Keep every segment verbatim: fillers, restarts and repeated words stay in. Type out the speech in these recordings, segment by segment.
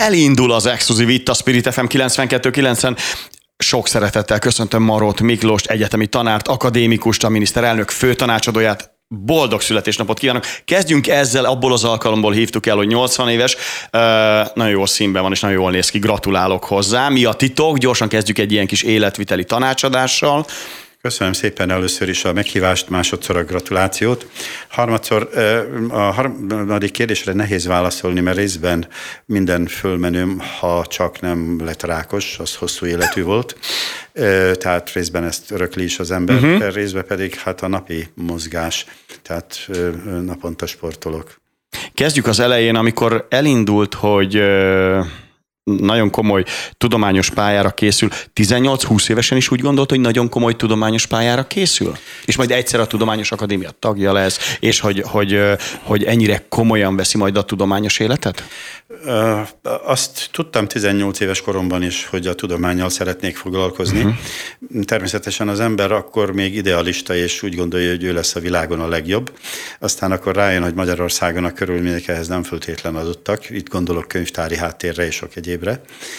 elindul az exkluzív itt a Spirit ef em kilencvenkettő kilencen. Sok szeretettel köszöntöm Marót Miklóst, egyetemi tanárt, akadémikust, a miniszterelnök főtanácsadóját. Boldog születésnapot kívánok! Kezdjünk ezzel, abból az alkalomból hívtuk el, hogy nyolcvan éves, uh, nagyon jó színben van, és nagyon jól néz ki, gratulálok hozzá. Mi a titok? Gyorsan kezdjük egy ilyen kis életviteli tanácsadással. Köszönöm szépen először is a meghívást, másodszor a gratulációt. Harmadszor a harmadik kérdésre nehéz válaszolni, mert részben minden fölmenőm, ha csak nem lett rákos, az hosszú életű volt. Tehát részben ezt örökli is az ember, uh-huh. részben pedig hát a napi mozgás, tehát naponta sportolok. Kezdjük az elején, amikor elindult, hogy nagyon komoly tudományos pályára készül. tizennyolc-húsz évesen is úgy gondolt, hogy nagyon komoly tudományos pályára készül? És majd egyszer a Tudományos Akadémia tagja lesz, és hogy, hogy, hogy ennyire komolyan veszi majd a tudományos életet? Azt tudtam tizennyolc éves koromban is, hogy a tudománnyal szeretnék foglalkozni. Uh-huh. Természetesen az ember akkor még idealista, és úgy gondolja, hogy ő lesz a világon a legjobb. Aztán akkor rájön, hogy Magyarországon a körülmények ehhez nem feltétlen adottak. Itt gondolok könyvtári háttérre és sok egyébre.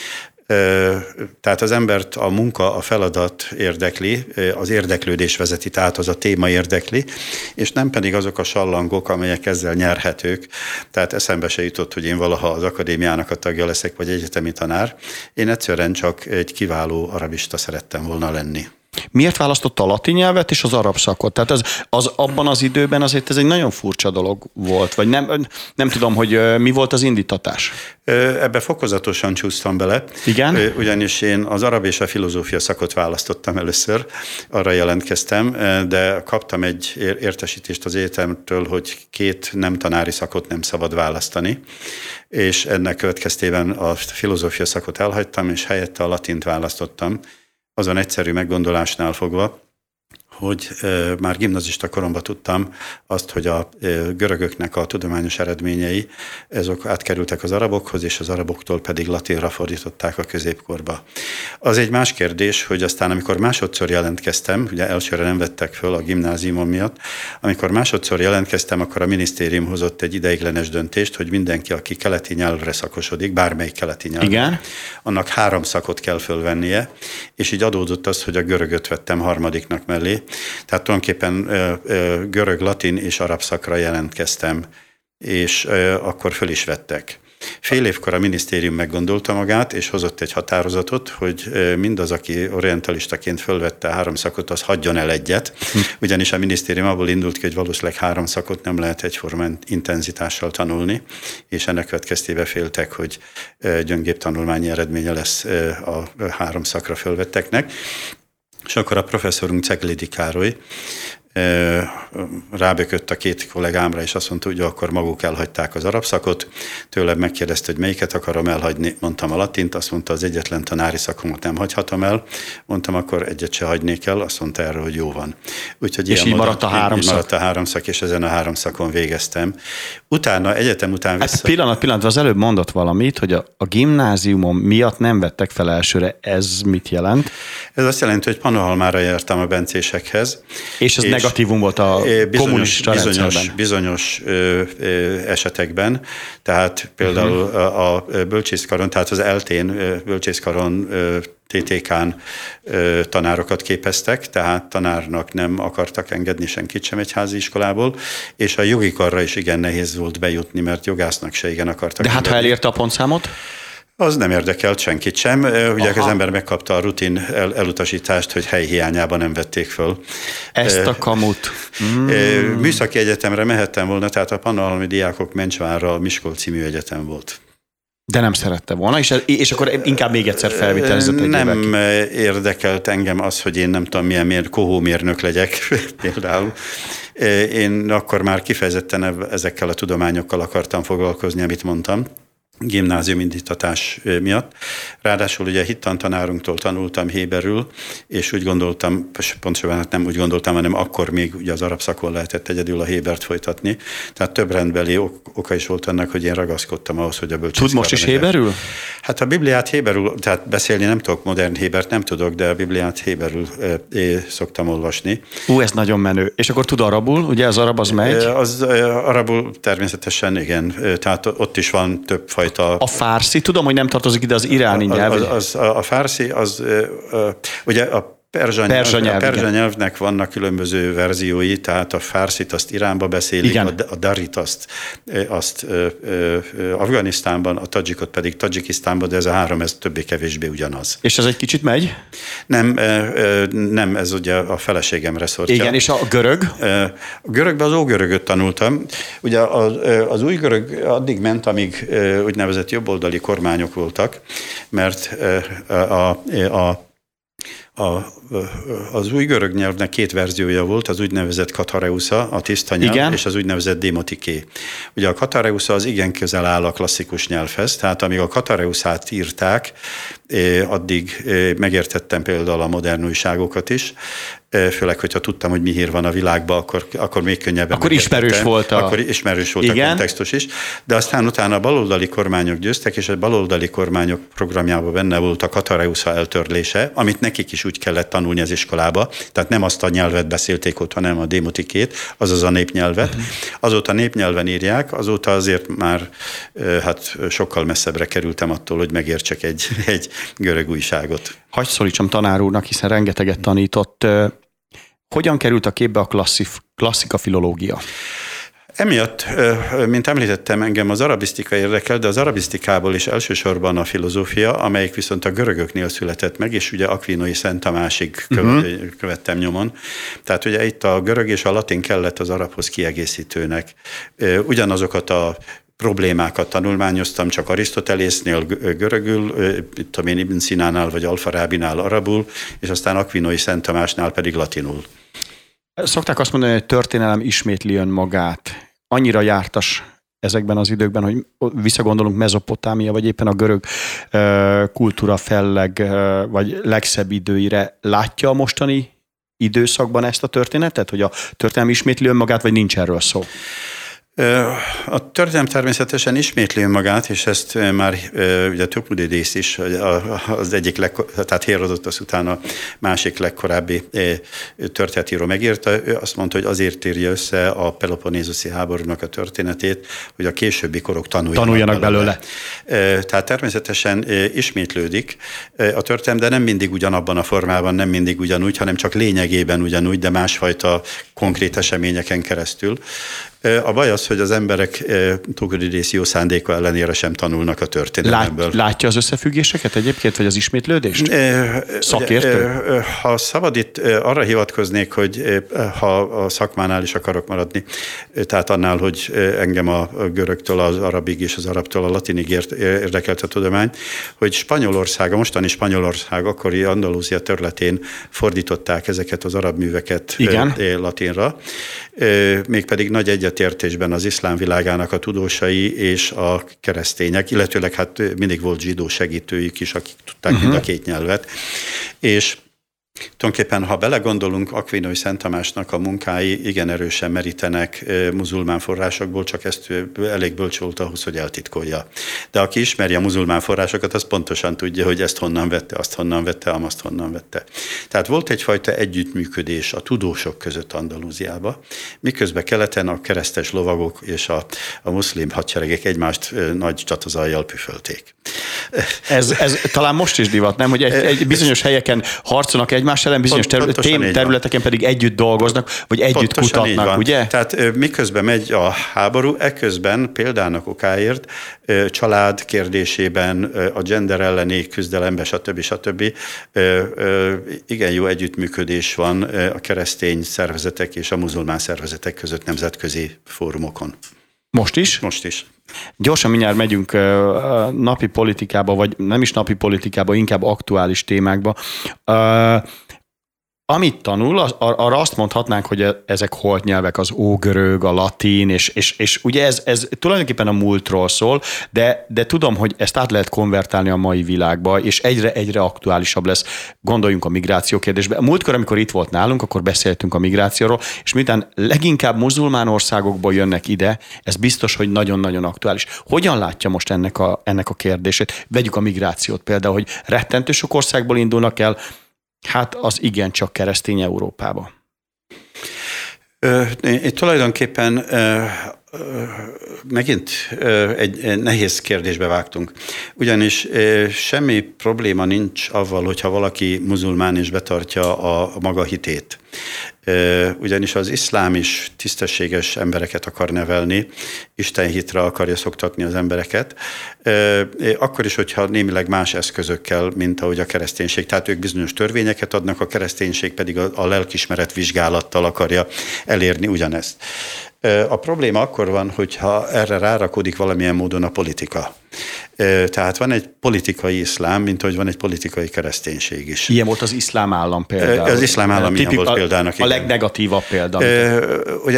Tehát az embert a munka, a feladat érdekli, az érdeklődés vezeti, tehát az a téma érdekli, és nem pedig azok a sallangok, amelyek ezzel nyerhetők. Tehát eszembe se jutott, hogy én valaha az akadémiának a tagja leszek, vagy egyetemi tanár. Én egyszerűen csak egy kiváló arabista szerettem volna lenni. Miért választotta a latin nyelvet és az arab szakot? Tehát ez, az abban az időben azért ez egy nagyon furcsa dolog volt, vagy nem, nem tudom, hogy mi volt az indítatás? Ebbe fokozatosan csúsztam bele. Igen? Ugyanis én az arab és a filozófia szakot választottam először, arra jelentkeztem, de kaptam egy értesítést az egyetemtől, hogy két nem tanári szakot nem szabad választani, és ennek következtében a filozófia szakot elhagytam, és helyette a latint választottam. Azon egyszerű meggondolásnál fogva, hogy e, már gimnazista koromban tudtam azt, hogy a e, görögöknek a tudományos eredményei, ezek átkerültek az arabokhoz, és az araboktól pedig latinra fordították a középkorba. Az egy más kérdés, hogy aztán amikor másodszor jelentkeztem, ugye elsőre nem vettek föl a gimnáziumom miatt, amikor másodszor jelentkeztem, akkor a minisztérium hozott egy ideiglenes döntést, hogy mindenki, aki keleti nyelvre szakosodik, bármelyik keleti nyelvre, igen? annak három szakot kell fölvennie, és így adódott az, hogy a görögöt vettem harmadiknak mellé. Tehát tulajdonképpen görög, latin és arab szakra jelentkeztem, és akkor föl is vettek. Fél évkor a minisztérium meggondolta magát, és hozott egy határozatot, hogy mindaz, aki orientalistaként fölvette a három szakot, az hagyjon el egyet, ugyanis a minisztérium abból indult ki, hogy valószínűleg három szakot nem lehet egyforma intenzitással tanulni, és ennek következtében féltek, hogy gyöngébb tanulmányi eredménye lesz a három szakra fölvetteknek. És akkor a professzorunk Ceglidi Károly rábökött a két kollégámra, és azt mondta, hogy akkor maguk elhagyták az arab szakot. Tőlem megkérdezte, hogy melyiket akarom elhagyni. Mondtam a latint, azt mondta, az egyetlen tanári szakomat nem hagyhatom el. Mondtam, akkor egyet se hagynék el, azt mondta erre, hogy jó van. Úgyhogy és így maradt a három szak. maradt a három szak, és ezen a három szakon végeztem. Utána, egyetem után vissza... Hát pillanat, pillanat, az előbb mondott valamit, hogy a, a gimnáziumom miatt nem vettek fel elsőre. Ez mit jelent? Ez azt jelenti, hogy Pannonhalmára jártam a bencésekhez. És ez és negatívum volt a bizonyos, kommunista bizonyos, rendszerben. Bizonyos ö, ö, esetekben, tehát például uh-huh. a, a bölcsészkaron, tehát az eltén bölcsészkaron ö, té té kán ö, tanárokat képeztek, tehát tanárnak nem akartak engedni senkit sem egy házi iskolából, és a jogi karra is igen nehéz volt bejutni, mert jogásznak se igen akartak De hát engedni. ha elérte a pontszámot? Az nem érdekelt senkit sem. Ugye Aha. az ember megkapta a rutin el, elutasítást, hogy hely hiányában nem vették föl. Ezt a kamut. Mm. Műszaki egyetemre mehettem volna, tehát a pannonhalmi diákok Mencsvárra a Miskolci Műegyetem volt. De nem szerette volna, és, és akkor inkább még egyszer felvitelezett egy Nem évek. érdekelt engem az, hogy én nem tudom milyen mér, kohómérnök legyek például. Én akkor már kifejezetten ezekkel a tudományokkal akartam foglalkozni, amit mondtam. Gimnázium indítatás miatt. Ráadásul ugye hittantanárunktól tanultam héberül, és úgy gondoltam, pontosabban hát nem úgy gondoltam, hanem akkor még ugye az arab szakon lehetett egyedül a hébert folytatni. Tehát több rendbeli oka is volt annak, hogy én ragaszkodtam ahhoz, hogy a bölcsészkarra Tud most is héberül? Hát a Bibliát héberül, tehát beszélni nem tudok, modern hébert nem tudok, de a Bibliát héberül é, szoktam olvasni. Ú, ez nagyon menő. És akkor tud arabul, ugye az arab az megy? Az arabul természetesen igen, tehát ott is van több fajta. A fársi, tudom, hogy nem tartozik ide az iráni nyelv. Az, az, a, a fársi, az ugye a Perzsa, perzsa, nyelv, a perzsa nyelvnek vannak különböző verziói, tehát a fárszit azt Iránba beszélik, igen. a darit azt, azt ö, ö, Afganisztánban, a tadzsikot pedig Tadzsikisztánban, de ez a három, ez többé-kevésbé ugyanaz. És ez egy kicsit megy? Nem, ö, nem, ez ugye a feleségemre szortja. Igen, és a görög? A görögben az ógörögöt tanultam. Ugye az, az új görög addig ment, amíg úgynevezett jobboldali kormányok voltak, mert a, a, a A, az új görög nyelvnek két verziója volt, az úgynevezett katareusza, a tiszta nyelv, igen. és az úgynevezett démotiké. Ugye a katareusza az igen közel áll a klasszikus nyelvhez, tehát amíg a katareuszát írták, addig megértettem például a modern újságokat is, főleg, hogyha tudtam, hogy mi hír van a világban, akkor, akkor még könnyebben Akkor ismerős volt a... Akkor ismerős volt igen. a kontextus is, de aztán utána a baloldali kormányok győztek, és a baloldali kormányok programjában benne volt a katareusza eltörlése, amit nekik is úgy kellett tanulni az iskolába, tehát nem azt a nyelvet beszélték ott, hanem a démotikét, azaz a népnyelvet. Uh-huh. Azóta népnyelven írják, azóta azért már hát sokkal messzebbre kerültem attól, hogy megértsek egy, egy görög újságot. Hagy szólítsam tanár úrnak, hiszen rengeteget tanított. Hogyan került a képbe a klasszif, klasszika filológia? Emiatt, mint említettem, engem az arabisztika érdekel, de az arabisztikából is elsősorban a filozófia, amelyik viszont a görögöknél született meg, és ugye Aquinoi Szent Tamásig uh-huh. követtem nyomon. Tehát ugye itt a görög és a latin kellett az arabhoz kiegészítőnek. Ugyanazokat a problémákat tanulmányoztam, csak Arisztotelésznél görögül, tudom én Ibn Sinánál vagy Al-Farabinál arabul, és aztán Aquinoi Szent Tamásnál pedig latinul. Szokták azt mondani, hogy történelem ismétli önmagát. Annyira jártas ezekben az időkben, hogy visszagondolunk Mezopotámia, vagy éppen a görög kultúra felleg, vagy legszebb időire. Látja a mostani időszakban ezt a történetet, hogy a történelem ismétli önmagát, vagy nincs erről szó? A történelem természetesen ismétli önmagát, és ezt már ugye Thukydides is, az egyik, legkor, tehát Hérodotosz után a másik legkorábbi történetíró megírta. Ő azt mondta, hogy azért írja össze a peloponnézuszi háborúnak a történetét, hogy a későbbi korok tanuljanak, tanuljanak belőle. belőle. Tehát természetesen ismétlődik a történelem, de nem mindig ugyanabban a formában, nem mindig ugyanúgy, hanem csak lényegében ugyanúgy, de másfajta konkrét eseményeken keresztül. A baj az, hogy az emberek Thukydides jó szándéka ellenére sem tanulnak a történelemből. Lát, látja az összefüggéseket egyébként, vagy az ismétlődést? Szakértő? Ha szabad itt arra hivatkoznék, hogy ha a szakmánál is akarok maradni, tehát annál, hogy engem a görögtől az arabig és az arabtól a latinig érdekelt a tudomány, hogy Spanyolország, a mostani Spanyolország akkori Andalúzia területén fordították ezeket az arab műveket igen. latinra, mégpedig nagy egyetértésben az iszlám világának a tudósai és a keresztények, illetőleg hát mindig volt zsidó segítőjük is, akik tudták uh-huh. mind a két nyelvet, és tulajdonképpen, ha belegondolunk, Aquinoi Szent Tamásnak a munkái igen erősen merítenek muzulmán forrásokból, csak ezt elég bölcs volt ahhoz, hogy eltitkolja. De aki ismeri a muzulmán forrásokat, az pontosan tudja, hogy ezt honnan vette, azt honnan vette, amazt honnan vette. Tehát volt egyfajta együttműködés a tudósok között Andalúziába, miközben keleten a keresztes lovagok és a, a muszlim hadseregek egymást nagy csatazajjal püfölték. Ez, ez talán most is divat, nem? Hogy egy, egy bizonyos helyeken harcolnak egymás ellen, bizonyos terület, területeken pedig együtt dolgoznak, vagy együtt pontosan kutatnak, ugye? Tehát miközben megy a háború, eközben példának okáért család kérdésében, a gender elleni küzdelemben, stb. stb. Igen jó együttműködés van a keresztény szervezetek és a muzulmán szervezetek között nemzetközi fórumokon. Most is? Most is. Gyorsan mindjárt megyünk napi politikába, vagy nem is napi politikába, inkább aktuális témákba. Amit tanul, az, arra azt mondhatnánk, hogy ezek holt nyelvek, az ógörög, a latin, és, és, és ugye ez, ez tulajdonképpen a múltról szól, de, de tudom, hogy ezt át lehet konvertálni a mai világba, és egyre-egyre aktuálisabb lesz. Gondoljunk a migráció kérdésbe. Múltkor, amikor itt volt nálunk, akkor beszéltünk a migrációról, és miután leginkább muzulmán országokból jönnek ide, ez biztos, hogy nagyon-nagyon aktuális. Hogyan látja most ennek a, ennek a kérdését? Vegyük a migrációt például, hogy rettentő sok országból indulnak el, hát az igencsak keresztény Európába. Itt tulajdonképpen megint egy nehéz kérdésbe vágtunk. Ugyanis semmi probléma nincs avval, hogyha valaki muzulmán és betartja a maga hitét. Ugyanis az iszlám is tisztességes embereket akar nevelni, Isten hitre akarja szoktatni az embereket, akkor is, hogyha némileg más eszközökkel, mint ahogy a kereszténység. Tehát ők bizonyos törvényeket adnak, a kereszténység pedig a lelkismeret vizsgálattal akarja elérni ugyanezt. A probléma akkor van, hogyha erre rárakódik valamilyen módon a politika. Tehát van egy politikai iszlám, mint hogy van egy politikai kereszténység is. Ilyen volt az iszlám állam például. Az iszlám állam Tipik, ilyen volt példának. A, a legnegatívabb példa. Ugye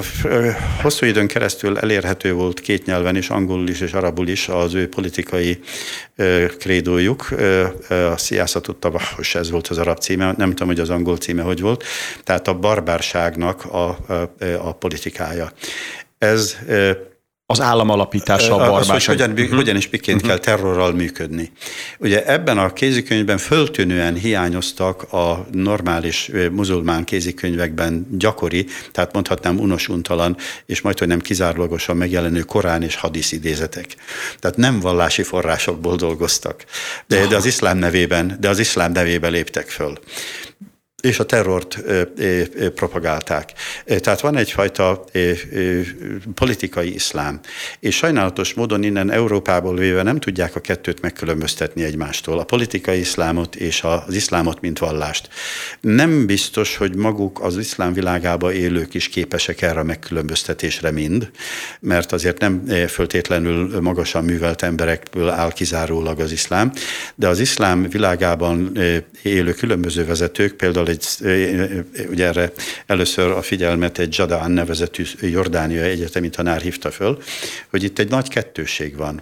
hosszú időn keresztül elérhető volt két nyelven is, angolul is és arabul is az ő politikai krédójuk. A Sziászatut Tabahos, ez volt az arab címe, nem tudom, hogy az angol címe hogy volt. Tehát a barbárságnak a, a, a politikája. Ez... Az állam alapítása a barbárság. Az, hogy hogyan, uh-huh. hogyan is miként uh-huh. kell terrorral működni. Ugye ebben a kézikönyvben föltűnően hiányoztak a normális muzulmán kézikönyvekben gyakori, tehát mondhatnám unos-untalan, és majdhogy nem kizárólagosan megjelenő korán és hadisz idézetek. Tehát nem vallási forrásokból dolgoztak, de, de az iszlám nevében, de az iszlám nevében léptek föl. És a terrort ö, ö, ö, propagálták. Tehát van egyfajta ö, ö, politikai iszlám, és sajnálatos módon innen Európából véve nem tudják a kettőt megkülönböztetni egymástól, a politikai iszlámot és az iszlámot, mint vallást. Nem biztos, hogy maguk az iszlám világába élők is képesek erre a megkülönböztetésre mind, mert azért nem föltétlenül magasan művelt emberekből áll kizárólag az iszlám, de az iszlám világában élő különböző vezetők, például egy, ugye erre először a figyelmet egy Jada'an nevezetű jordániai egyetemi tanár hívta föl, hogy itt egy nagy kettősség van.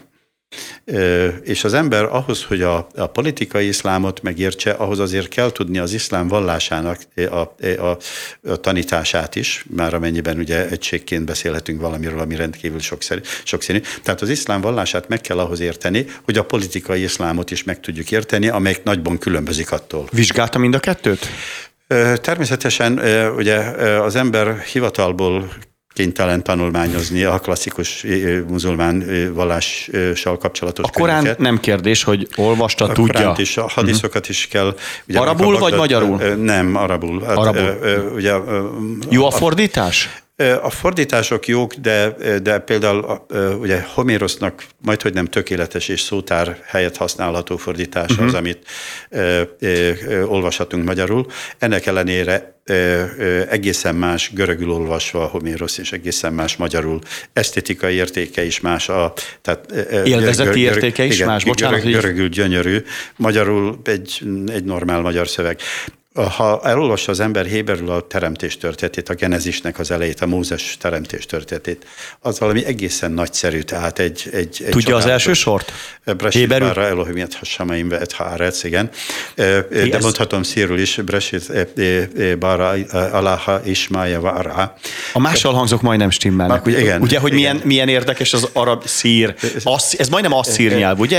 És az ember ahhoz, hogy a, a politikai iszlámot megértse, ahhoz azért kell tudni az iszlám vallásának a, a, a tanítását is, már amennyiben ugye egységként beszélhetünk valamiről, ami rendkívül sokszínű. sokszínű. Tehát az iszlám vallását meg kell ahhoz érteni, hogy a politikai iszlámot is meg tudjuk érteni, amelyik nagyban különbözik attól. Vizsgálta mind a kettőt? Természetesen ugye az ember hivatalból kénytelen tanulmányozni a klasszikus muzulmán vallással kapcsolatos A Korán könyveket. Nem kérdés, hogy olvasta, a tudja. A Koránt is, a hadiszokat uh-huh. is kell. Ugye, arabul vagy Bagdad, magyarul? Nem, arabul. Hát, arabul. Ugye, Jó a fordítás? A fordítások jók, de, de például ugye Homérosznak majdhogy nem tökéletes és szótár helyett használható fordítása uh-huh. az, amit ö, ö, ö, olvashatunk magyarul. Ennek ellenére ö, ö, egészen más görögül olvasva Homérosz, és egészen más magyarul. Esztétikai értéke is más. A, tehát, élvezeti görög, értéke is igen, más? Bocsánat, görög, görögül gyönyörű, magyarul egy, egy normál magyar szöveg. Ha elolvassa az ember héberül a teremtés történetét, a Genezisnek az elejét, a Mózes teremtés történetét, az valami egészen nagyszerű, tehát egy... egy, egy Tudja az első sort? Breshit bára Elohim et hashamayim ve et haaretz, igen. De ez... mondhatom szírul is, Breshit bára alaha ismája várá. A mással hangzók majdnem stimmelnek. Ugye, igen, ugye hogy igen. Milyen, milyen érdekes az arab szír. Assz, ez majdnem asszír nyelv, ugye?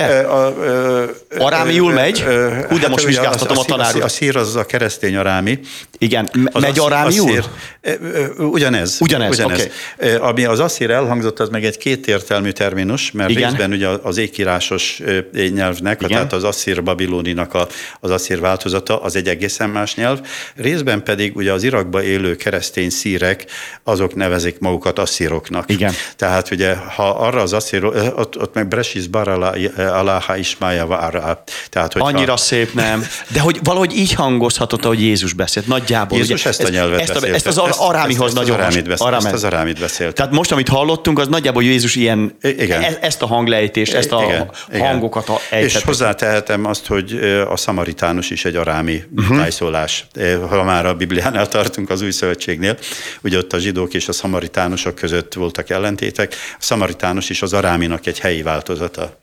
Arámiul megy? Hú, de hát most vizsgáztatom a, a tanár. A szír az a keresztény arámi. Igen, az megy arámiul? Ugyanez. Ugyanez, ugyanez. Okay. Ami az asszír elhangzott, az meg egy kétértelmű terminus, mert igen. részben ugye az ékírásos nyelvnek, igen. tehát az asszír-babiloninak a, az asszír változata, az egy egészen más nyelv. Részben pedig ugye az Irakban élő keresztény szírek, azok nevezik magukat asszíroknak. Igen. Tehát ugye, ha arra az asszír, ott, ott meg Bresis barala alaha ismája várá. Tehát, annyira szép, nem? De hogy valahogy így hangozhat megtartotta, hogy Jézus beszélt. Nagyjából. Jézus ugye, ezt a nyelvet ezt, beszélt. Ezt az ezt, arámihoz ezt, nagyon arámit beszélt. arámit. Ezt az arámit beszélt. Tehát most, amit hallottunk, az nagyjából Jézus ilyen, igen. ezt a hanglejtést, ezt a igen. hangokat ejtett. És hozzátehetem azt, hogy a szamaritánus is egy arámi uh-huh. tájszólás. Ha már a Bibliánál tartunk az Új Szövetségnél, ugye ott a zsidók és a szamaritánusok között voltak ellentétek. A szamaritánus is az aráminak egy helyi változata.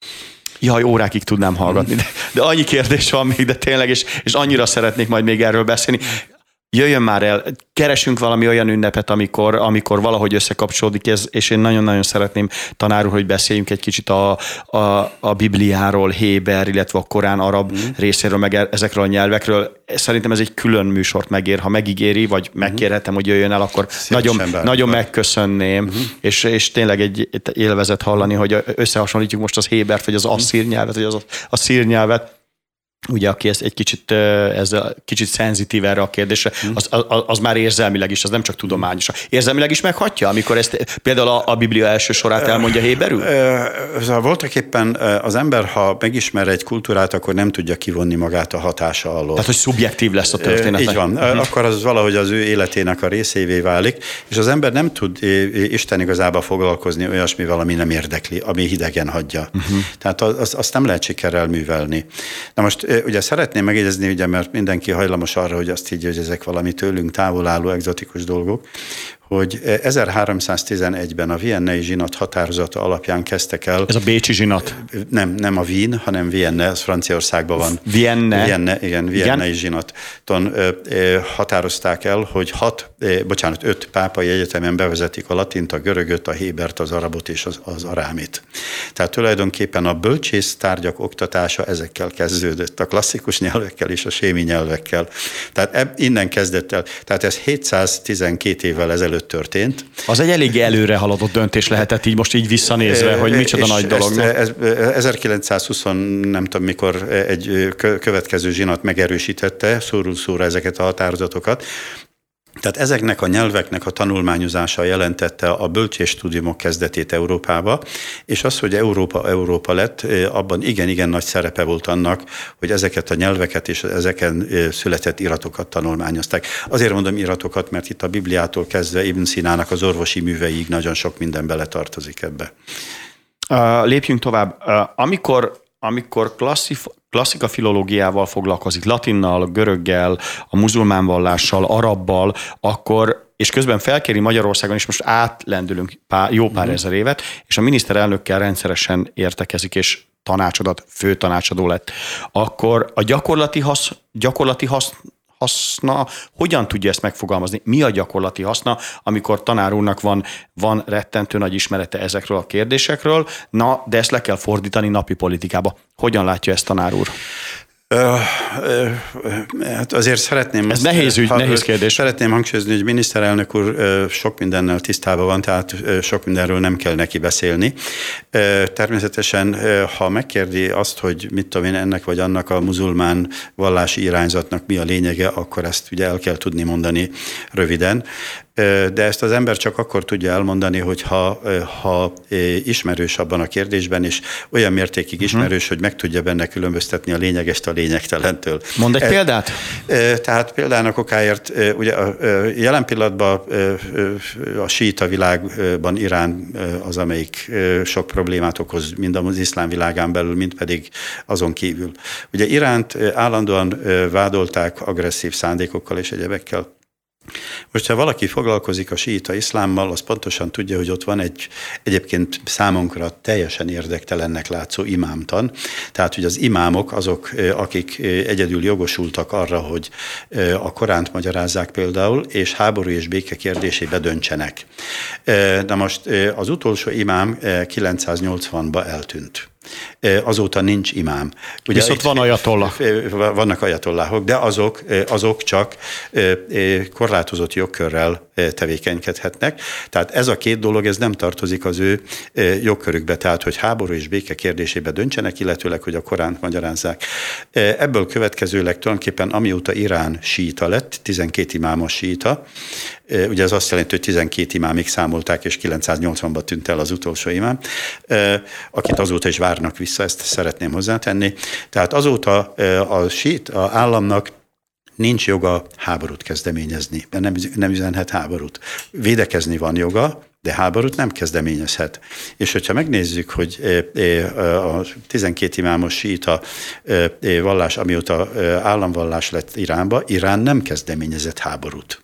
Jaj, órákig tudnám hallgatni, de, de annyi kérdés van még, de tényleg, és, és annyira szeretnék majd még erről beszélni. Jöjjön már el, keresünk valami olyan ünnepet, amikor, amikor valahogy összekapcsolódik ez, és én nagyon-nagyon szeretném, tanár úr, hogy beszéljünk egy kicsit a, a, a Bibliáról, héber, illetve a Korán arab mm. részéről, meg ezekről a nyelvekről. Szerintem ez egy külön műsort megér, ha megígéri, vagy megkérhetem, hogy jöjjön el, akkor nagyon, nagyon megköszönném, mm. és, és tényleg egy élvezet hallani, hogy összehasonlítjuk most az hébert, vagy az asszír nyelvet, vagy az a szír nyelvet. Ugye, aki ezt egy kicsit, ez a, kicsit szenzitív erre a kérdésre, az, az, az már érzelmileg is, az nem csak tudományos. Érzelmileg is meghatja, amikor ezt például a, a Biblia első sorát elmondja héberül? Voltak éppen az ember, ha megismer egy kultúrát, akkor nem tudja kivonni magát a hatása alól. Tehát, hogy szubjektív lesz a történet. Így van. Uh-huh. Akkor az valahogy az ő életének a részévé válik, és az ember nem tud Isten igazából foglalkozni olyasmivel, ami nem érdekli, ami hidegen hagyja. Uh-huh. Tehát az, azt nem lehet sikerrel művelni. Na most ugye szeretném megjegyezni, ugye, mert mindenki hajlamos arra, hogy azt higgye, hogy ezek valami tőlünk távol álló egzotikus dolgok, hogy ezerháromszáztizenegyben a viennei zsinat határozata alapján kezdtek el. Ez a bécsi zsinat? Nem, nem a Wien, hanem Vienne, az Franciaországban van. Vienne? Vienne, igen, viennei zsinaton határozták el, hogy hat, bocsánat, öt pápai egyetemen bevezetik a latint, a görögöt, a hébert, az arabot és az, az arámit. Tehát tulajdonképpen a bölcsész tárgyak oktatása ezekkel kezdődött, a klasszikus nyelvekkel és a sémi nyelvekkel. Tehát innen kezdett el. Tehát ez hétszáztizenkét évvel ezelőtt történt. Az egy eléggé előre haladott döntés lehetett így most így visszanézve, hogy micsoda és nagy dolog. Ez, ezerkilencszázhúsz, nem tudom mikor egy következő zsinat megerősítette szóról szóra ezeket a határozatokat. Tehát ezeknek a nyelveknek a tanulmányozása jelentette a bölcsészstudiumok kezdetét Európába, és az, hogy Európa Európa lett, abban igen-igen nagy szerepe volt annak, hogy ezeket a nyelveket és ezeken született iratokat tanulmányozták. Azért mondom iratokat, mert itt a Bibliától kezdve Ibn Sinának az orvosi műveiig nagyon sok minden beletartozik ebbe. Uh, lépjünk tovább. Uh, amikor amikor klasszif, klasszika filológiával foglalkozik, latinnal, göröggel, a muzulmán vallással, arabbal, akkor, és közben felkéri Magyarországon, és most átlendülünk pár, jó pár ezer évet, és a miniszterelnökkel rendszeresen értekezik, és tanácsadott, főtanácsadó lett, akkor a gyakorlati, hasz, gyakorlati hasz, haszna, hogyan tudja ezt megfogalmazni? Mi a gyakorlati haszna, amikor tanár úrnak van, van rettentő nagy ismerete ezekről a kérdésekről, na, de ezt le kell fordítani napi politikába. Hogyan látja ezt tanár úr? Uh, uh, hát azért szeretném... Ez nehéz ügy, ha, nehéz kérdés. Szeretném hangsúlyozni, hogy miniszterelnök úr uh, sok mindennel tisztában van, tehát uh, sok mindenről nem kell neki beszélni. Uh, természetesen, uh, ha megkérdi azt, hogy mit tudom én, ennek vagy annak a muzulmán vallási irányzatnak mi a lényege, akkor ezt ugye el kell tudni mondani röviden. De ezt az ember csak akkor tudja elmondani, hogyha ha ismerős abban a kérdésben, és olyan mértékig ismerős, uh-huh. hogy meg tudja benne különböztetni a lényegest a lényegtelentől. Mondd egy e, példát? Tehát példának okáért, ugye jelen pillanatban a síita világban Irán az, amelyik sok problémát okoz, mind az iszlám világán belül, mind pedig azon kívül. Ugye Iránt állandóan vádolták agresszív szándékokkal és egyebekkel. Most, ha valaki foglalkozik a síita iszlámmal, az pontosan tudja, hogy ott van egy egyébként számunkra teljesen érdektelennek látszó imámtan. Tehát, hogy az imámok azok, akik egyedül jogosultak arra, hogy a Koránt magyarázzák például, és háború és béke kérdésébe döntsenek. Na most az utolsó imám kilencszáznyolcvanban eltűnt. Azóta nincs imám. Ugye viszont van ajatollah. Vannak ajatolláhok, de azok, azok csak korlátozott jogkörrel tevékenykedhetnek. Tehát ez a két dolog, ez nem tartozik az ő jogkörükbe, tehát hogy háború és béke kérdésébe döntsenek, illetőleg, hogy a Koránt magyarázzák. Ebből következőleg tulajdonképpen amióta Irán síita lett, tizenkét imámos síita, ugye ez azt jelenti, hogy tizenkét imámig számolták, és kilencszáznyolcvanban tűnt el az utolsó imám, akit azóta is várnak vissza, ezt szeretném hozzátenni. Tehát azóta a síita államnak nincs joga háborút kezdeményezni, mert nem, nem üzenhet háborút. Védekezni van joga, de háborút nem kezdeményezhet. És hogyha megnézzük, hogy a tizenkét imámos síita vallás, amióta államvallás lett Iránba, Irán nem kezdeményezett háborút.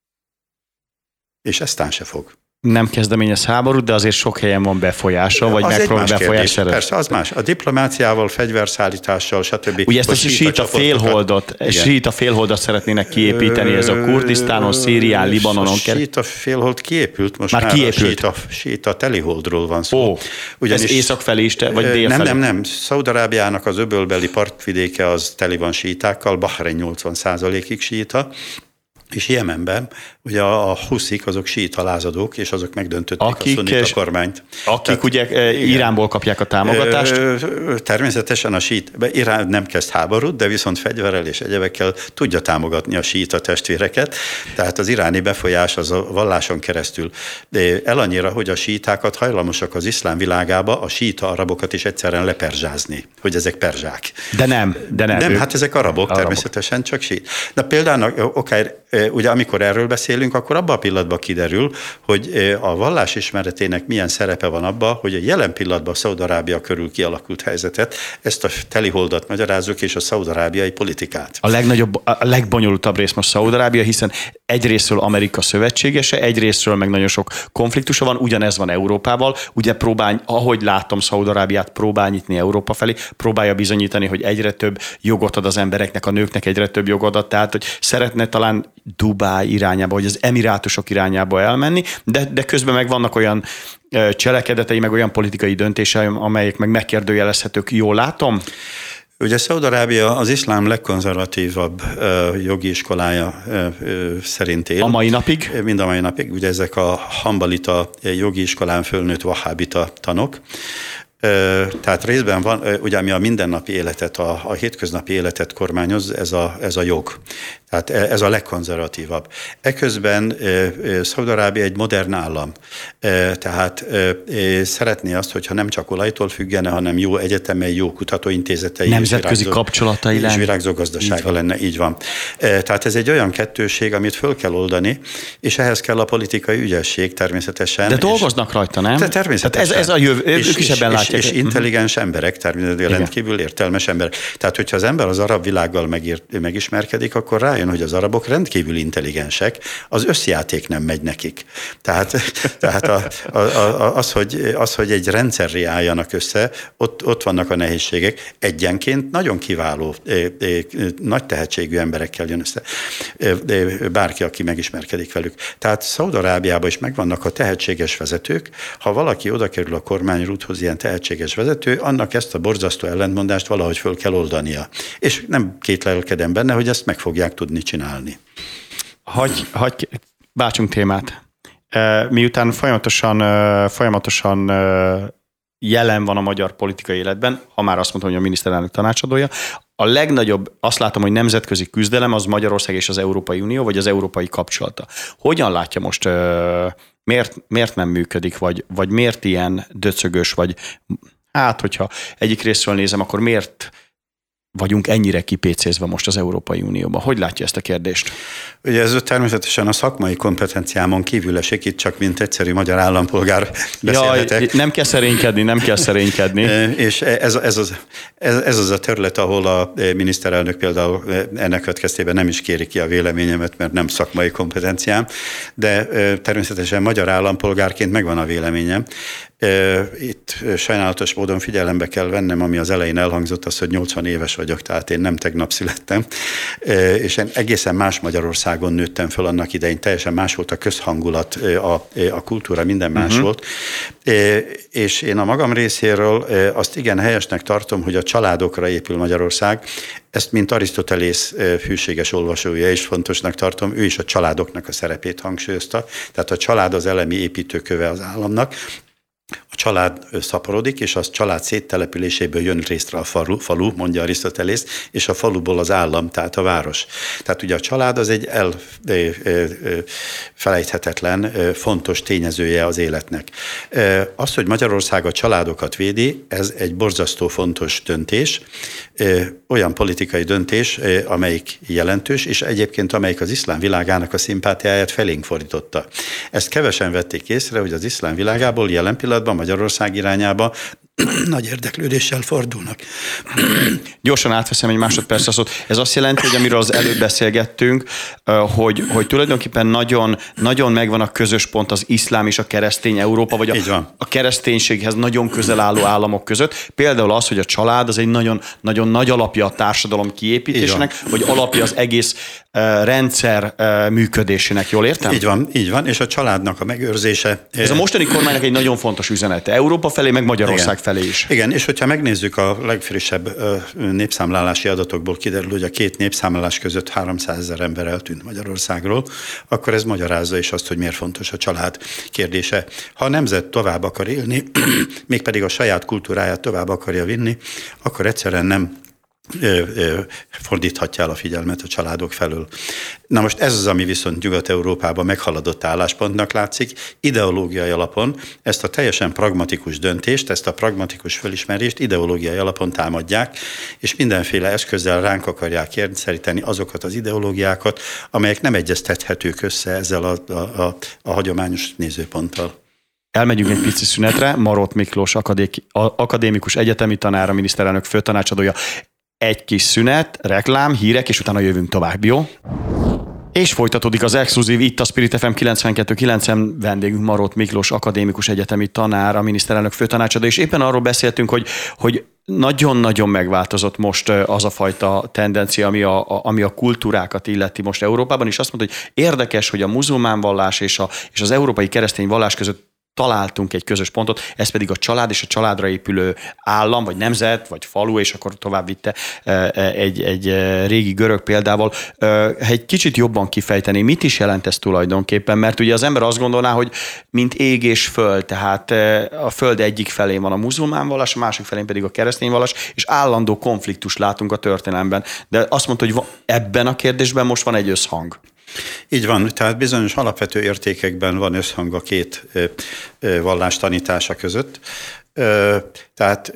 És eztán se fog. Nem kezdeményez háborút, de azért sok helyen van befolyása, vagy megpróbál befolyást szerezni. Persze, az más. A diplomáciával, fegyverszállítással, stb. Ugye ezt a síita félholdot, síita félholdat szeretnének kiépíteni, ez a Kurdisztánon, Szírián, Libanonon. A síita félhold kiépült, most már, már kiépült. a síita, síita teliholdról van szó. Ó, ugyanis, ez észak felé is, vagy dél Nem, felé? nem, nem. Szaúd-Arábiának az öbölbeli partvidéke az teli van sítákkal, Bahrein nyolcvan százalékig síita, és Jemenben ugye a huszik, azok síita lázadók, és azok megdöntötték akik, a szunita kormányt. Akik Tehát, ugye igen, Iránból kapják a támogatást? Természetesen a sít, Irán nem kezd háborút, de viszont fegyverrel és egyebekkel tudja támogatni a síita testvéreket. Tehát az iráni befolyás az a valláson keresztül el annyira, hogy a sítákat hajlamosak az iszlám világába a síita arabokat is egyszerűen leperzsázni, hogy ezek perzsák. De nem, de nem. Nem, hát ezek arabok, arabok. Természetesen, csak sít. Na például, oké, ugye amikor erről beszélünk, akkor abban a pillanatban kiderül, hogy a vallás ismeretének milyen szerepe van abban, hogy a jelen pillanatban a Szaúd-Arábia körül kialakult helyzetet, ezt a teliholdat magyarázzuk, és a szaúd-arábiai politikát. A legnagyobb, a legbonyolultabb rész most Szaúd-Arábia, hiszen egyrészről Amerika szövetségese, egyrészről meg nagyon sok konfliktusa van, ugyanez van Európával, ugye próbál, ahogy látom, Szaúd-Arábiát próbál nyitni Európa felé, próbálja bizonyítani, hogy egyre több jogot ad az embereknek, a nőknek egyre több jogot ad, tehát hogy szeretne talán Dubáj irányába, vagy az Emirátusok irányába elmenni, de, de közben meg vannak olyan cselekedetei, meg olyan politikai döntései, amelyek meg megkérdőjelezhetők. Jól látom? Ugye Szaúd-Arábia az iszlám legkonzervatívabb uh, jogi iskolája uh, uh, szerint él. A mai napig? Mind a mai napig. Ugye ezek a hambalita jogi iskolán fölnőtt wahhábita tanok. Tehát részben van, ugye ami a mindennapi életet, a, a hétköznapi életet kormányoz, ez a, ez a jog. Tehát ez a legkonzervatívabb. Eközben Szaúd-Arábia egy modern állam. Tehát szeretné azt, hogyha nem csak olajtól függene, hanem jó egyetemei, jó kutatóintézetei. Nemzetközi kapcsolatai lenne. És virágzó gazdasága lenne, így van. Tehát ez egy olyan kettőség, amit föl kell oldani, és ehhez kell a politikai ügyesség természetesen. De dolgoznak rajta, nem? De természetesen. Tehát ez, ez a jövő, ők is ebben látják. És intelligens emberek, természetesen rendkívül értelmes emberek. Tehát, hogyha az ember az arab világgal megír, megismerkedik, akkor rájön, hogy az arabok rendkívül intelligensek, az összjáték nem megy nekik. Tehát, tehát a, a, a, az, hogy, az, hogy egy rendszerré álljanak össze, ott, ott vannak a nehézségek. Egyenként nagyon kiváló, nagy tehetségű emberekkel jön össze. Bárki, aki megismerkedik velük. Tehát Szaúd-Arábiában is megvannak a tehetséges vezetők. Ha valaki oda kerül a kormányrúdhoz, ilyen tehetséges vezető, annak ezt a borzasztó ellentmondást valahogy föl kell oldania. És nem kétlelkedem benne, hogy ezt meg fogják tudni csinálni. Hagy, hagy váltsunk témát. Miután folyamatosan, folyamatosan jelen van a magyar politikai életben, ha már azt mondtam, hogy a miniszterelnök tanácsadója, a legnagyobb, azt látom, hogy nemzetközi küzdelem az Magyarország és az Európai Unió, vagy az európai kapcsolata. Hogyan látja most, miért, miért nem működik, vagy, vagy miért ilyen döcögös, vagy hát, hogyha egyik részről nézem, akkor miért vagyunk ennyire kipécézve most az Európai Unióban? Hogy látja ezt a kérdést? Ugye ez természetesen a szakmai kompetenciámon kívül esik, itt csak mint egyszerű magyar állampolgár beszélhetek. Jaj, nem kell szerénykedni, nem kell szerénykedni. És ez, ez, az, ez, ez az a terület, ahol a miniszterelnök például ennek következtében nem is kéri ki a véleményemet, mert nem szakmai kompetenciám, de természetesen magyar állampolgárként megvan a véleményem. Itt sajnálatos módon figyelembe kell vennem, ami az elején elhangzott, az, hogy nyolcvan éves vagyok, tehát én nem tegnap születtem, és én egészen más Magyarországon nőttem föl annak idején, teljesen más volt a közhangulat, a, a kultúra, minden más uh-huh. volt, és én a magam részéről azt igen helyesnek tartom, hogy a családokra épül Magyarország, ezt mint Arisztotelész hűséges olvasója is fontosnak tartom, ő is a családoknak a szerepét hangsúlyozta, tehát a család az elemi építőköve az államnak. A család szaporodik, és az család széttelepüléséből jön részre a falu, falu, mondja Arisztotelész, és a faluból az állam, tehát a város. Tehát ugye a család az egy elfelejthetetlen, fontos tényezője az életnek. Az, hogy Magyarország a családokat védi, ez egy borzasztó fontos döntés, olyan politikai döntés, amelyik jelentős, és egyébként amelyik az iszlám világának a szimpátiáját felénk fordította. Ezt kevesen vették észre, hogy az iszlám világából jelen pillanatban Magyarország irányába nagy érdeklődéssel fordulnak. Gyorsan átveszem egy másodperc a szót. Ez azt jelenti, hogy amiről az előbb beszélgettünk, hogy, hogy tulajdonképpen nagyon, nagyon megvan a közös pont az iszlám és a keresztény Európa, vagy a, a kereszténységhez nagyon közel álló államok között. Például az, hogy a család az egy nagyon, nagyon nagy alapja a társadalom kiépítésének, vagy alapja az egész uh, rendszer uh, működésének. Jól értem? Így van, így van, és a családnak a megőrzése. Ez a mostani kormánynak egy nagyon fontos üzenete. Európa felé, meg Magyarország Igen. felé is. Igen, és hogyha megnézzük a legfrissebb népszámlálási adatokból kiderül, hogy a két népszámlálás között háromszázezer ember eltűnt Magyarországról, akkor ez magyarázza is azt, hogy miért fontos a család kérdése. Ha a nemzet tovább akar élni, mégpedig a saját kultúráját tovább akarja vinni, akkor egyszerűen nem fordíthatja el a figyelmet a családok felől. Na most ez az, ami viszont Nyugat-Európában meghaladott álláspontnak látszik. Ideológiai alapon ezt a teljesen pragmatikus döntést, ezt a pragmatikus fölismerést ideológiai alapon támadják, és mindenféle eszközzel ránk akarják kényszeríteni azokat az ideológiákat, amelyek nem egyeztethetők össze ezzel a, a, a, a hagyományos nézőponttal. Elmegyünk egy pici szünetre. Marót Miklós akadémikus egyetemi tanár, a miniszterelnök főtanácsadója. Egy kis szünet, reklám, hírek, és utána jövünk tovább, jó? És folytatódik az exkluzív itt a Spirit ef em kilencvenkettő kilencen, vendégünk Marót Miklós akadémikus egyetemi tanár, a miniszterelnök főtanácsadó, és éppen arról beszéltünk, hogy, hogy nagyon-nagyon megváltozott most az a fajta tendencia, ami a, a, ami a kultúrákat illeti most Európában, és azt mondta, hogy érdekes, hogy a muzulmán vallás és, a, és az európai keresztény vallás között találtunk egy közös pontot, ez pedig a család és a családra épülő állam, vagy nemzet, vagy falu, és akkor tovább vitte egy, egy régi görög példával. Egy kicsit jobban kifejteni, mit is jelent ez tulajdonképpen, mert ugye az ember azt gondolná, hogy mint ég és föld, tehát a föld egyik felén van a muzulmán vallás, a másik felén pedig a keresztény vallás, és állandó konfliktus látunk a történelemben. De azt mondta, hogy ebben a kérdésben most van egy összhang. Így van, tehát bizonyos alapvető értékekben van összhang a két vallás tanítása között. Tehát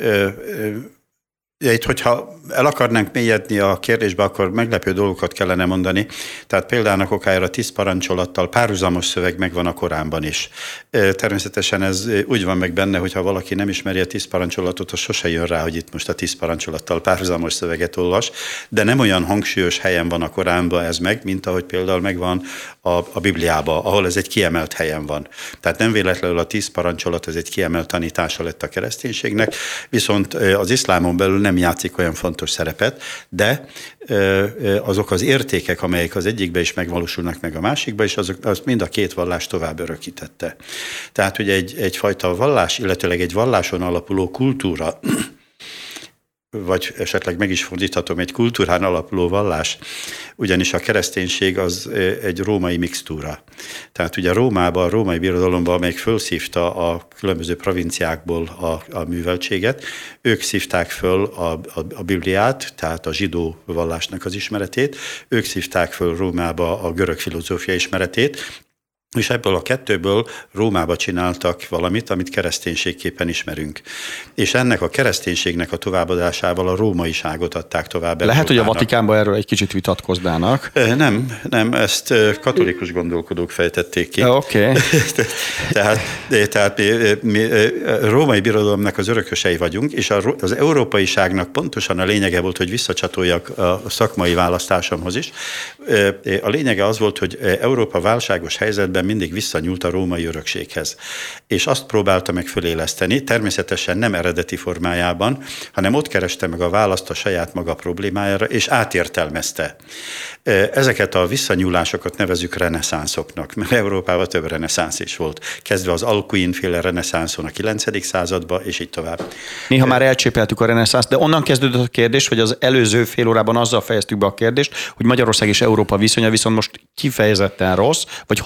itt, hogyha el akarnánk mélyedni a kérdésbe, akkor meglepő dolgokat kellene mondani. Tehát például okájára tíz parancsolattal párhuzamos szöveg megvan a Koránban is. Természetesen ez úgy van meg benne, hogyha valaki nem ismeri a tíz parancsolatot, az sose jön rá, hogy itt most a tíz parancsolattal párhuzamos szöveget olvas, de nem olyan hangsúlyos helyen van a Koránban ez meg, mint ahogy például megvan a, a Bibliában, ahol ez egy kiemelt helyen van. Tehát nem véletlenül a tíz parancsolat, ez egy kiemelt tanítása lett a kereszténységnek, viszont az iszlámon belül nem játszik olyan fontos szerepet, de azok az értékek, amelyek az egyikbe is megvalósulnak, meg a másikba is, azok, az mind a két vallás tovább örökítette. Tehát, hogy egy, egyfajta vallás, illetőleg egy valláson alapuló kultúra, vagy esetleg meg is fordíthatom, egy kultúrán alapuló vallás, ugyanis a kereszténység az egy római mixtúra. Tehát ugye Rómában, a római birodalomban, amelyik fölszívta a különböző provinciákból a, a műveltséget, ők szívták föl a, a, a Bibliát, tehát a zsidó vallásnak az ismeretét, ők szívták föl Rómába a görög filozófia ismeretét, és ebből a kettőből Rómába csináltak valamit, amit kereszténységképpen ismerünk. És ennek a kereszténységnek a továbbadásával a rómaiságot adták tovább. Lehet, Európának. Hogy a Vatikánban erről egy kicsit vitatkoznának. Nem, nem, ezt katolikus gondolkodók fejtették ki. Oké. Okay. tehát, tehát mi, mi római birodalomnak az örökösei vagyunk, és az európaiságnak pontosan a lényege volt, hogy visszacsatoljak a szakmai választásomhoz is. A lényege az volt, hogy Európa válságos helyzetben mindig visszanyúlt a római örökséghez. És azt próbálta meg föléleszteni, természetesen nem eredeti formájában, hanem ott kereste meg a választ a saját maga problémájára, és átértelmezte. Ezeket a visszanyúlásokat nevezzük reneszánszoknak, mert Európában több reneszánsz is volt. Kezdve az Alcuin-féle reneszánszon a kilencedik században, és így tovább. Néha már elcsépeltük a reneszánszt, de onnan kezdődött a kérdés, hogy az előző fél órában azzal fejeztük be a kérdést, hogy Magyarország és Európa viszonya viszont most kifejezetten rossz, vagy hadiláb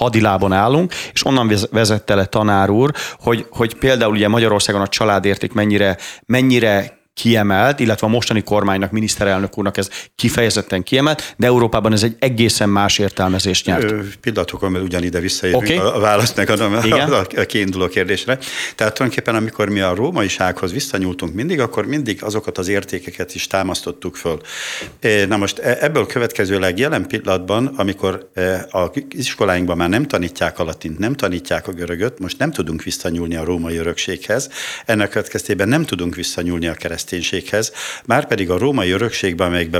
lábon állunk, és onnan vezette le tanár úr, hogy, hogy például ugye Magyarországon a családérték mennyire, mennyire kiemelt, illetve a mostani kormánynak, miniszterelnök úrnak ez kifejezetten kiemelt, de Európában ez egy egészen más értelmezést nyert. Pillanatokon, mert ugyanide visszaérünk, okay. a, a választ megadom a, a kiinduló kérdésre. Tehát tulajdonképpen, amikor mi a rómaisághoz visszanyúltunk mindig, akkor mindig azokat az értékeket is támasztottuk föl. Na most ebből következőleg jelen pillanatban, amikor az iskoláinkban már nem tanítják a latint, nem tanítják a görögöt, most nem tudunk visszanyúlni a római örökséghez, ennek következtében nem tudunk visszanyúlni a kereszténységhez. Márpedig a római örökségben, amelyikbe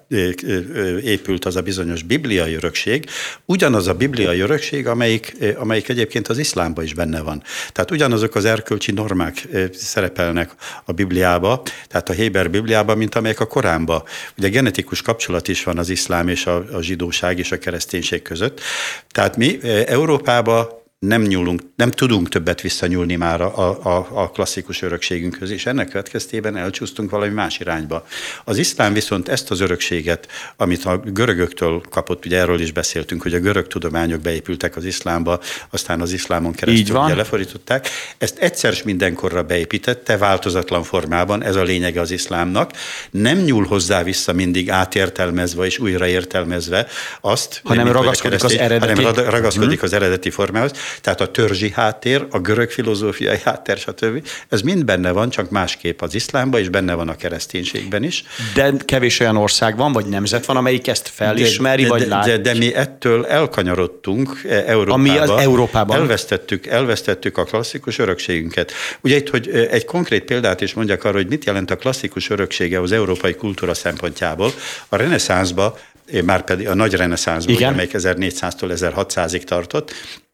beleépült az a bizonyos bibliai örökség, ugyanaz a bibliai örökség, amelyik, amelyik egyébként az iszlámban is benne van. Tehát ugyanazok az erkölcsi normák szerepelnek a Bibliába, tehát a Héber Bibliában, mint amelyek a Koránban. Ugye genetikus kapcsolat is van az iszlám és a, a zsidóság és a kereszténység között. Tehát mi Európában nem nyúlunk, nem tudunk többet visszanyúlni már a, a, a klasszikus örökségünkhöz, és ennek következtében elcsúsztunk valami más irányba. Az iszlám viszont ezt az örökséget, amit a görögöktől kapott, ugye erről is beszéltünk, hogy a görög tudományok beépültek az iszlámba, aztán az iszlámon keresztül ugye lefordították, ezt egyszer s mindenkorra beépítette, változatlan formában, ez a lényege az iszlámnak, nem nyúl hozzá vissza mindig átértelmezve és újraértelmezve azt, hanem ragaszkodik az eredeti, hanem ragaszkodik az eredeti formához. Tehát a törzsi háttér, a görög filozófiai háttér, stb. Ez mind benne van, csak másképp az iszlámban, és benne van a kereszténységben is. De kevés olyan ország van, vagy nemzet van, amelyik ezt felismeri, de, de, vagy de, látja. De, de mi ettől elkanyarodtunk Európába. Ami az Európában. Elvesztettük, elvesztettük a klasszikus örökségünket. Ugye itt, hogy egy konkrét példát is mondjak arra, hogy mit jelent a klasszikus öröksége az európai kultúra szempontjából. A reneszánszban, már pedig a nagy reneszánszban, amelyik ezernégyszáztól ezerhatszázig tartott,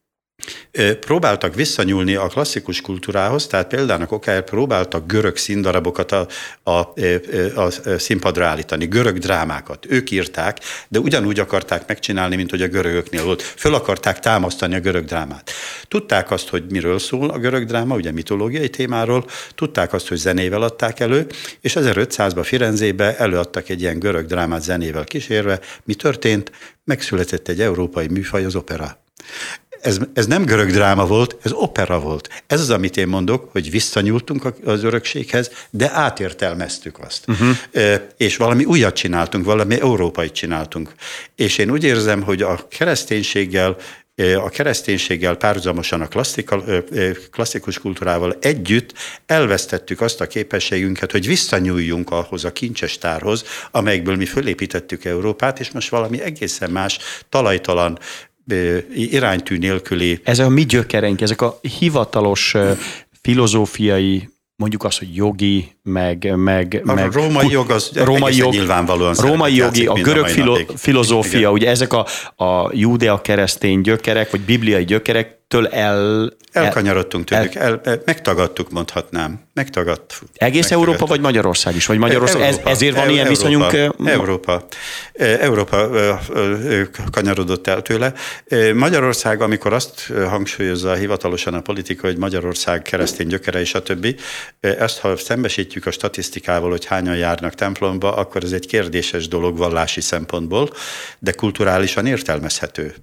próbáltak visszanyúlni a klasszikus kultúrához, tehát példának okáért próbáltak görög színdarabokat a, a, a, a színpadra állítani, görög drámákat. Ők írták, de ugyanúgy akarták megcsinálni, mint hogy a görögöknél volt. Föl akarták támasztani a görög drámát. Tudták azt, hogy miről szól a görög dráma, ugye mitológiai témáról, tudták azt, hogy zenével adták elő, és ezerötszázban Firenzébe előadtak egy ilyen görög drámát zenével kísérve. Mi történt? Megszületett egy európai műfaj, az opera. Ez, ez nem görög dráma volt, ez opera volt. Ez az, amit én mondok, hogy visszanyúltunk az örökséghez, de átértelmeztük azt. Uh-huh. E, és valami újat csináltunk, valami európait csináltunk. És én úgy érzem, hogy a kereszténységgel a kereszténységgel párhuzamosan a klasszikus kultúrával együtt elvesztettük azt a képességünket, hogy visszanyúljunk ahhoz a kincses tárhoz, amelyekből mi fölépítettük Európát, és most valami egészen más, talajtalan, iránytű nélküli. Ezek a mi gyökereink, ezek a hivatalos filozófiai, mondjuk azt, hogy jogi, meg... meg, a meg római jog az római jog, nyilvánvalóan római jogi, a görög a filo, filozófia, igen. Ugye ezek a, a judea-keresztény gyökerek, vagy bibliai gyökerektől el... Elkanyarodtunk tőlük, el, el, megtagadtuk, mondhatnám. Megtagadtuk. Egész megtagadtuk. Európa, vagy Magyarország is? Vagy Magyarország, Európa, ez, ezért van e, ilyen Európa, viszonyunk? Európa. Európa kanyarodott el tőle. Magyarország, amikor azt hangsúlyozza hivatalosan a politika, hogy Magyarország keresztény gyökere és a többi, ezt ha szembesítjük a statisztikával, hogy hányan járnak templomba, akkor ez egy kérdéses dolog vallási szempontból, de kulturálisan értelmezhető.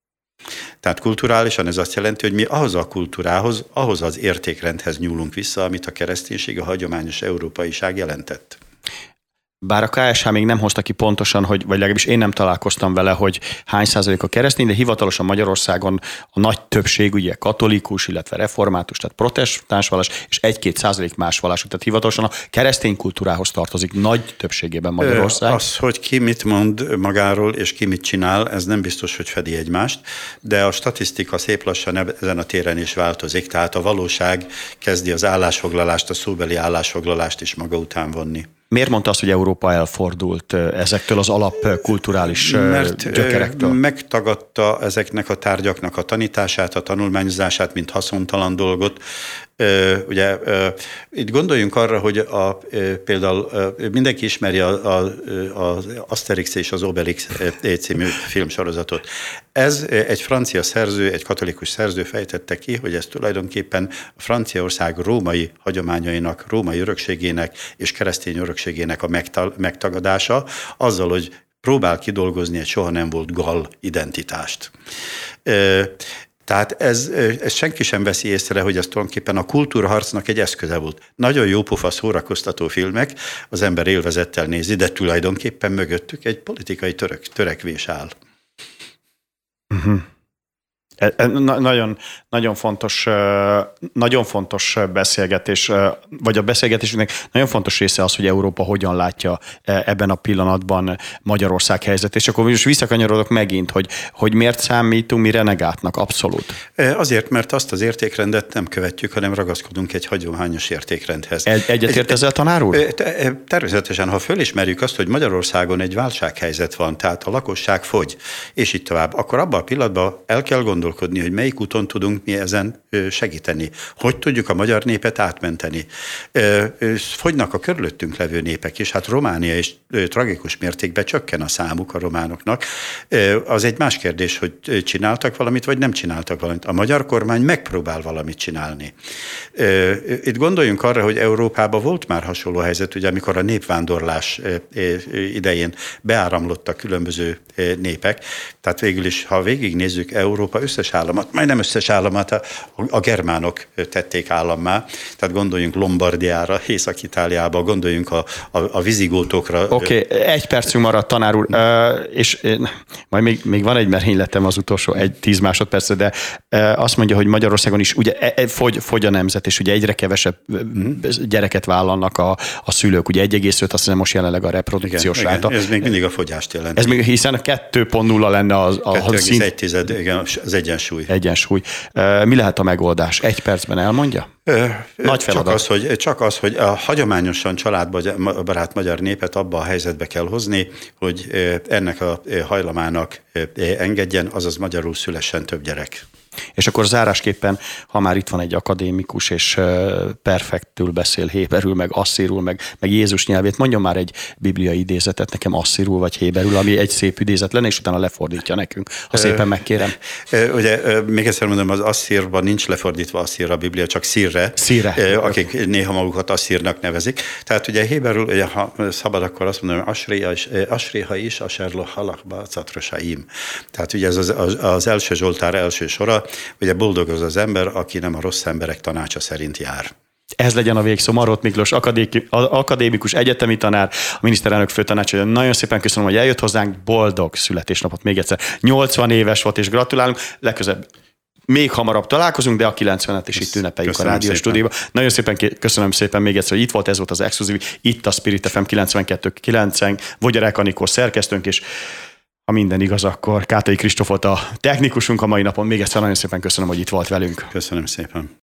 Tehát kulturálisan ez azt jelenti, hogy mi ahhoz a kultúrához, ahhoz az értékrendhez nyúlunk vissza, amit a kereszténység, a hagyományos európaiság jelentett. Bár a ká es há még nem hozta ki pontosan, hogy, vagy legalábbis én nem találkoztam vele, hogy hány százalék a keresztény, de hivatalosan Magyarországon a nagy többség ugye katolikus, illetve református, tehát protestáns vallás, és egy-két százalék más vallású. Tehát hivatalosan a keresztény kultúrához tartozik nagy többségében Magyarország. Az, hogy ki mit mond magáról, és ki mit csinál, ez nem biztos, hogy fedi egymást, de a statisztika szép lassan ezen a téren is változik, tehát a valóság kezdi az állásfoglalást, a szóbeli állásfoglalást is maga után vonni. Miért mondta azt, hogy Európa elfordult ezektől az alapkulturális Mert gyökerektől? Megtagadta ezeknek a tárgyaknak a tanítását, a tanulmányozását, mint haszontalan dolgot. Ugye itt gondoljunk arra, hogy a, például mindenki ismeri az Asterix és az Obelix című filmsorozatot. Ez egy francia szerző, egy katolikus szerző fejtette ki, hogy ez tulajdonképpen a Franciaország római hagyományainak, római örökségének és keresztény örökségének a megtagadása, azzal, hogy próbál kidolgozni egy soha nem volt gall identitást. Tehát ez, ez senki sem veszi észre, hogy ez tulajdonképpen a kultúraharcnak egy eszköze volt. Nagyon jó pofa szórakoztató filmek, az ember élvezettel nézi, de tulajdonképpen mögöttük egy politikai török, törekvés áll. Uh-huh. Nagyon, nagyon fontos, nagyon fontos beszélgetés, vagy a beszélgetésünknek nagyon fontos része az, hogy Európa hogyan látja ebben a pillanatban Magyarország helyzetét. És akkor most visszakanyarodok megint, hogy, hogy miért számítunk mi renegátnak, abszolút. Azért, mert azt az értékrendet nem követjük, hanem ragaszkodunk egy hagyományos értékrendhez. Egy, egyetért ezzel, tanár úr? Természetesen, ha fölismerjük azt, hogy Magyarországon egy válsághelyzet van, tehát a lakosság fogy, és így tovább, akkor abban a pillanatban el kell gondolni, hogy melyik úton tudunk mi ezen segíteni. Hogy tudjuk a magyar népet átmenteni. Fogynak a körülöttünk levő népek is, hát Románia is tragikus mértékben csökken a számuk a románoknak. Az egy más kérdés, hogy csináltak valamit, vagy nem csináltak valamit. A magyar kormány megpróbál valamit csinálni. Itt gondoljunk arra, hogy Európában volt már hasonló helyzet, ugye, amikor a népvándorlás idején beáramlottak különböző népek, tehát végül is, ha végignézzük Európa összes államát, majdnem összes államát a, a germánok tették állammá, tehát gondoljunk Lombardiára, Észak-Itáliába, gondoljunk a, a, a vizigótokra. Oké, okay, egy percünk maradt, tanár úr, uh, és uh, majd még, még van egy merényletem az utolsó egy tíz másodpercre, de uh, azt mondja, hogy Magyarországon is ugye e, fogy, fogy a nemzet, és ugye egyre kevesebb mm. gyereket vállalnak a, a szülők, ugye egy egész öt, azt hiszem most jelenleg a reprodukciós igen, ráta. Igen, ez még mindig a fogyást jelenti. Ez még, hiszen a kettő pont nulla lenne az, a, kettő egész egy tized, igen, az egyensúly. Egyensúly. Mi lehet a megoldás? Egy percben elmondja? Nagy feladat. Csak az, hogy, csak az, hogy a hagyományosan családbarát magyar népet abba a helyzetbe kell hozni, hogy ennek a hajlamának engedjen, azaz magyarul szülessen több gyerek. És akkor zárásképpen, ha már itt van egy akadémikus, és perfektül beszél héberül, meg asszírul, meg, meg Jézus nyelvét, mondjon már egy bibliai idézetet nekem asszírul vagy héberül, ami egy szép idézet lenne, és utána lefordítja nekünk, ha szépen megkérem. Ugye, még egyszer mondom, az asszírban nincs lefordítva asszírra a Biblia, csak szírre, szírre. akik néha magukat asszírnak nevezik. Tehát ugye héberül, ugye, ha szabad, akkor azt mondom, asréha is, aserlo halakba catrosaim. Tehát ugye ez az, az, az első Zsoltár első sora, ugye boldog az az ember, aki nem a rossz emberek tanácsa szerint jár. Ez legyen a végszó. Marót Miklós, akadémikus, egyetemi tanár, a miniszterelnök főtanácsadója. Nagyon szépen köszönöm, hogy eljött hozzánk. Boldog születésnapot még egyszer. nyolcvan éves volt, és gratulálunk. Legközelebb még hamarabb találkozunk, de a kilencvenet is itt ünnepeljük a Rádió Stúdióban. Nagyon szépen köszönöm szépen még egyszer, hogy itt volt, ez volt az exkluzív, itt a Spirit ef em kilencvenkettő kilenc, Vogyarák Anikó szerkesztőnk, és ha minden igaz, akkor Kátai Kristóf volt a technikusunk a mai napon. Még egyszer nagyon szépen köszönöm, hogy itt volt velünk. Köszönöm szépen.